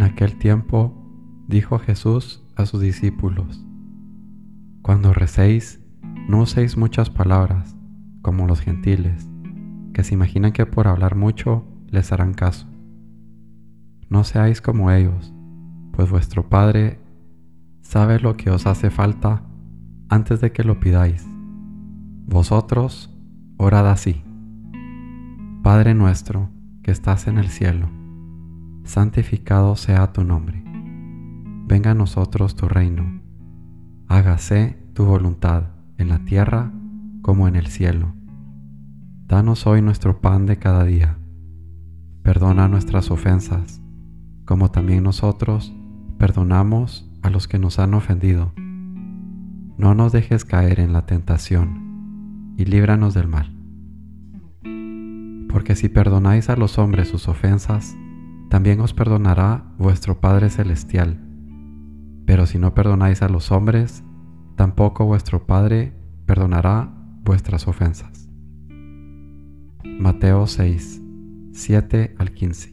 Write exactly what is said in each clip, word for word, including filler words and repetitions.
aquel tiempo dijo Jesús a sus discípulos: Cuando recéis, no uséis muchas palabras, como los gentiles, que se imaginan que por hablar mucho les harán caso. No seáis como ellos, pues vuestro Padre sabe lo que os hace falta antes de que lo pidáis. Vosotros orad así: Padre nuestro que estás en el cielo, santificado sea tu nombre. Venga a nosotros tu reino. Hágase tu voluntad en la tierra como en el cielo. Danos hoy nuestro pan de cada día. Perdona nuestras ofensas, como también nosotros perdonamos a los que nos han ofendido. No nos dejes caer en la tentación, y líbranos del mal. Porque si perdonáis a los hombres sus ofensas, también os perdonará vuestro Padre Celestial. Pero si no perdonáis a los hombres, tampoco vuestro Padre perdonará vuestras ofensas. Mateo seis, siete al quince.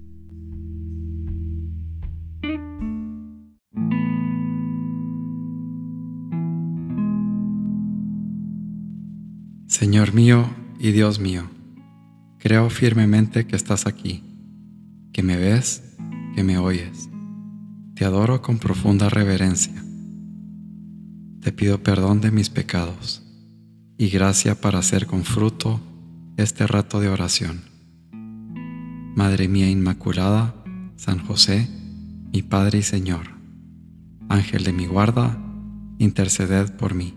Señor mío y Dios mío, creo firmemente que estás aquí, que me ves, que me oyes. Te adoro con profunda reverencia. Te pido perdón de mis pecados y gracia para hacer con fruto este rato de oración. Madre mía Inmaculada, San José, mi Padre y Señor, Ángel de mi guarda, interceded por mí.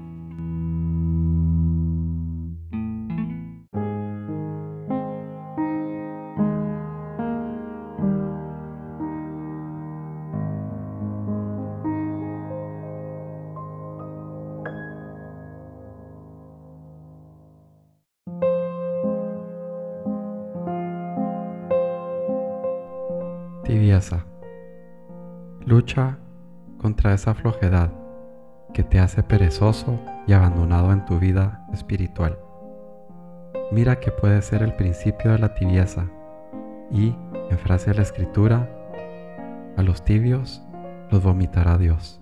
Tibieza. Lucha contra esa flojedad que te hace perezoso y abandonado en tu vida espiritual. Mira que puede ser el principio de la tibieza y, en frase de la Escritura, a los tibios los vomitará Dios.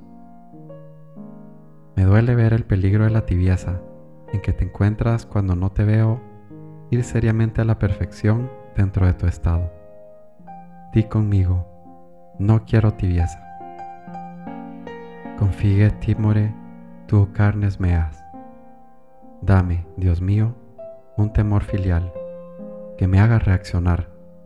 Me duele ver el peligro de la tibieza en que te encuentras cuando no te veo ir seriamente a la perfección dentro de tu estado. Di conmigo: no quiero tibieza. Confige timore tu carnes meas. Dame, Dios mío, un temor filial que me haga reaccionar.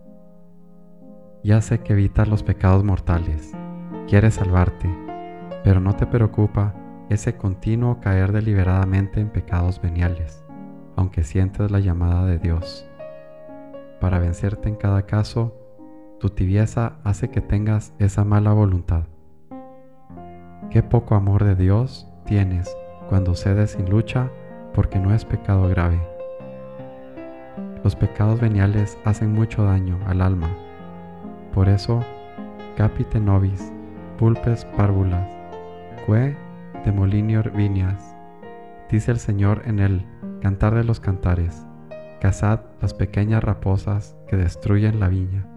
Ya sé que evitas los pecados mortales, quieres salvarte, pero no te preocupa ese continuo caer deliberadamente en pecados veniales, aunque sientes la llamada de Dios. Para vencerte en cada caso, tu tibieza hace que tengas esa mala voluntad. Qué poco amor de Dios tienes cuando cedes sin lucha porque no es pecado grave. Los pecados veniales hacen mucho daño al alma. Por eso, capite nobis, pulpes parvulas, que demolinior vinias. Dice el Señor en el Cantar de los Cantares: cazad las pequeñas raposas que destruyen la viña.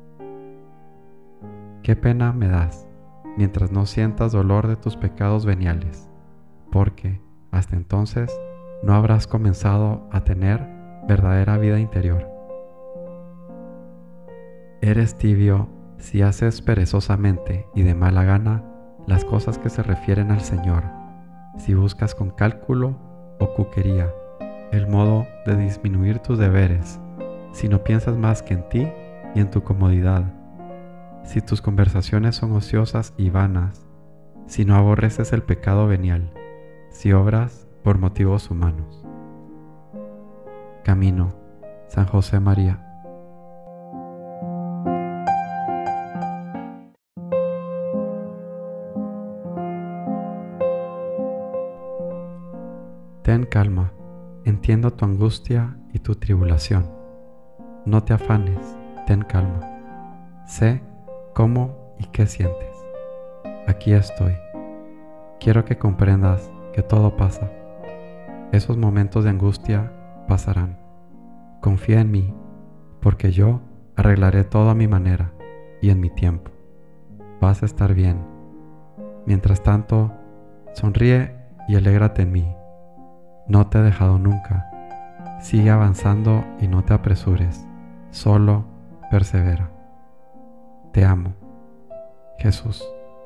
Qué pena me das, mientras no sientas dolor de tus pecados veniales, porque hasta entonces no habrás comenzado a tener verdadera vida interior. Eres tibio si haces perezosamente y de mala gana las cosas que se refieren al Señor, si buscas con cálculo o cuquería el modo de disminuir tus deberes, si no piensas más que en ti y en tu comodidad, si tus conversaciones son ociosas y vanas, si no aborreces el pecado venial, si obras por motivos humanos. Camino, San José María. Ten calma, entiendo tu angustia y tu tribulación. No te afanes, ten calma. Sé cómo y qué sientes. Aquí estoy. Quiero que comprendas que todo pasa. Esos momentos de angustia pasarán. Confía en mí, porque yo arreglaré todo a mi manera y en mi tiempo. vas a estar bien. Mientras tanto, sonríe y alégrate en mí. No te he dejado nunca. Sigue avanzando y no te apresures. Solo persevera. Te amo, Jesús.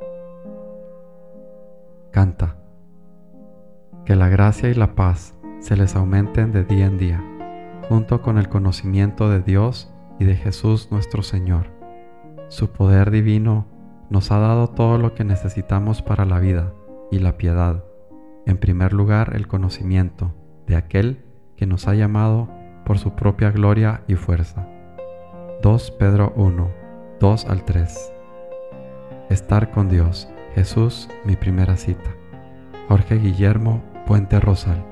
Canta. Que la gracia y la paz se les aumenten de día en día, junto con el conocimiento de Dios y de Jesús nuestro Señor. Su poder divino nos ha dado todo lo que necesitamos para la vida y la piedad. En primer lugar, el conocimiento de aquel que nos ha llamado por su propia gloria y fuerza. dos Pedro uno, dos al tres. Estar con Dios. Jesús, mi primera cita. Jorge Guillermo Puente Rosal.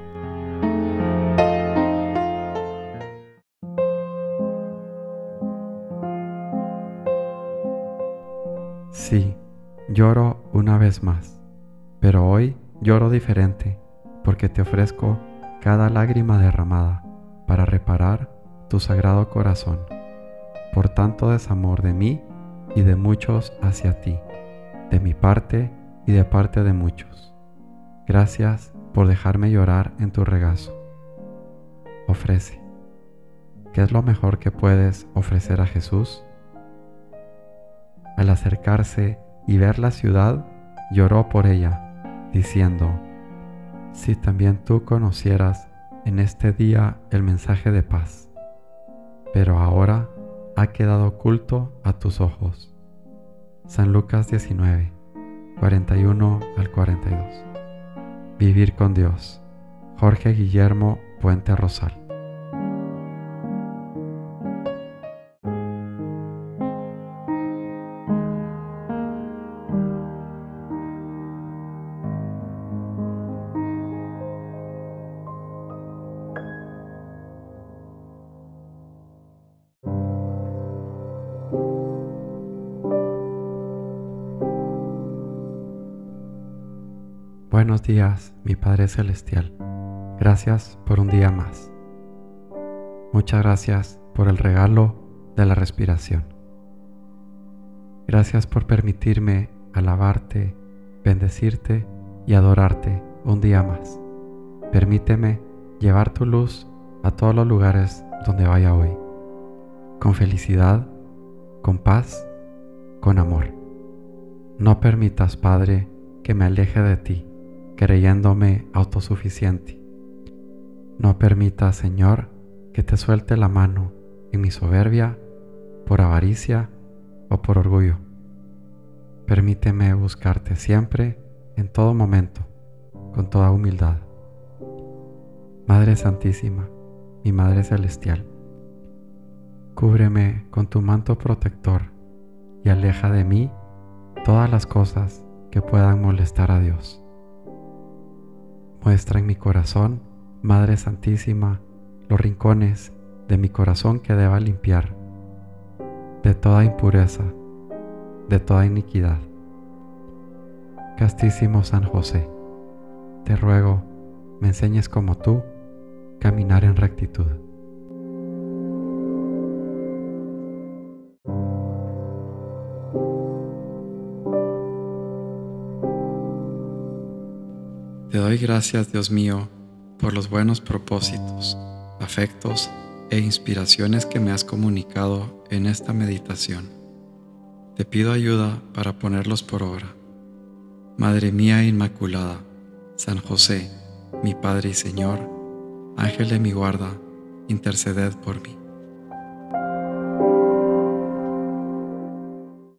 Sí, lloro una vez más, pero hoy lloro diferente, porque te ofrezco cada lágrima derramada para reparar tu sagrado corazón, por tanto desamor de mí y de muchos hacia ti, de mi parte y de parte de muchos. Gracias por dejarme llorar en tu regazo. Ofrece. ¿Qué es lo mejor que puedes ofrecer a Jesús? Al acercarse y ver la ciudad, lloró por ella, diciendo: si también tú conocieras en este día el mensaje de paz, pero ahora ha quedado oculto a tus ojos. San Lucas diecinueve, cuarenta y uno al cuarenta y dos. Vivir con Dios. Jorge Guillermo Puente Rosal. Buenos días, mi Padre Celestial. Gracias por un día más. Muchas gracias por el regalo de la respiración. Gracias por permitirme alabarte, bendecirte y adorarte un día más. Permíteme llevar tu luz a todos los lugares donde vaya hoy, con felicidad, con paz, con amor. No permitas, Padre, que me aleje de ti, creyéndome autosuficiente. No permitas, Señor, que te suelte la mano en mi soberbia, por avaricia o por orgullo. Permíteme buscarte siempre, en todo momento, con toda humildad. Madre Santísima, mi Madre Celestial, cúbreme con tu manto protector y aleja de mí todas las cosas que puedan molestar a Dios. Muestra en mi corazón, Madre Santísima, los rincones de mi corazón que deba limpiar de toda impureza, de toda iniquidad. Castísimo San José, te ruego, me enseñes como tú caminar en rectitud. Te doy gracias, Dios mío, por los buenos propósitos, afectos e inspiraciones que me has comunicado en esta meditación. Te pido ayuda para ponerlos por obra. Madre mía Inmaculada, San José, mi Padre y Señor, Ángel de mi guarda, interceded por mí.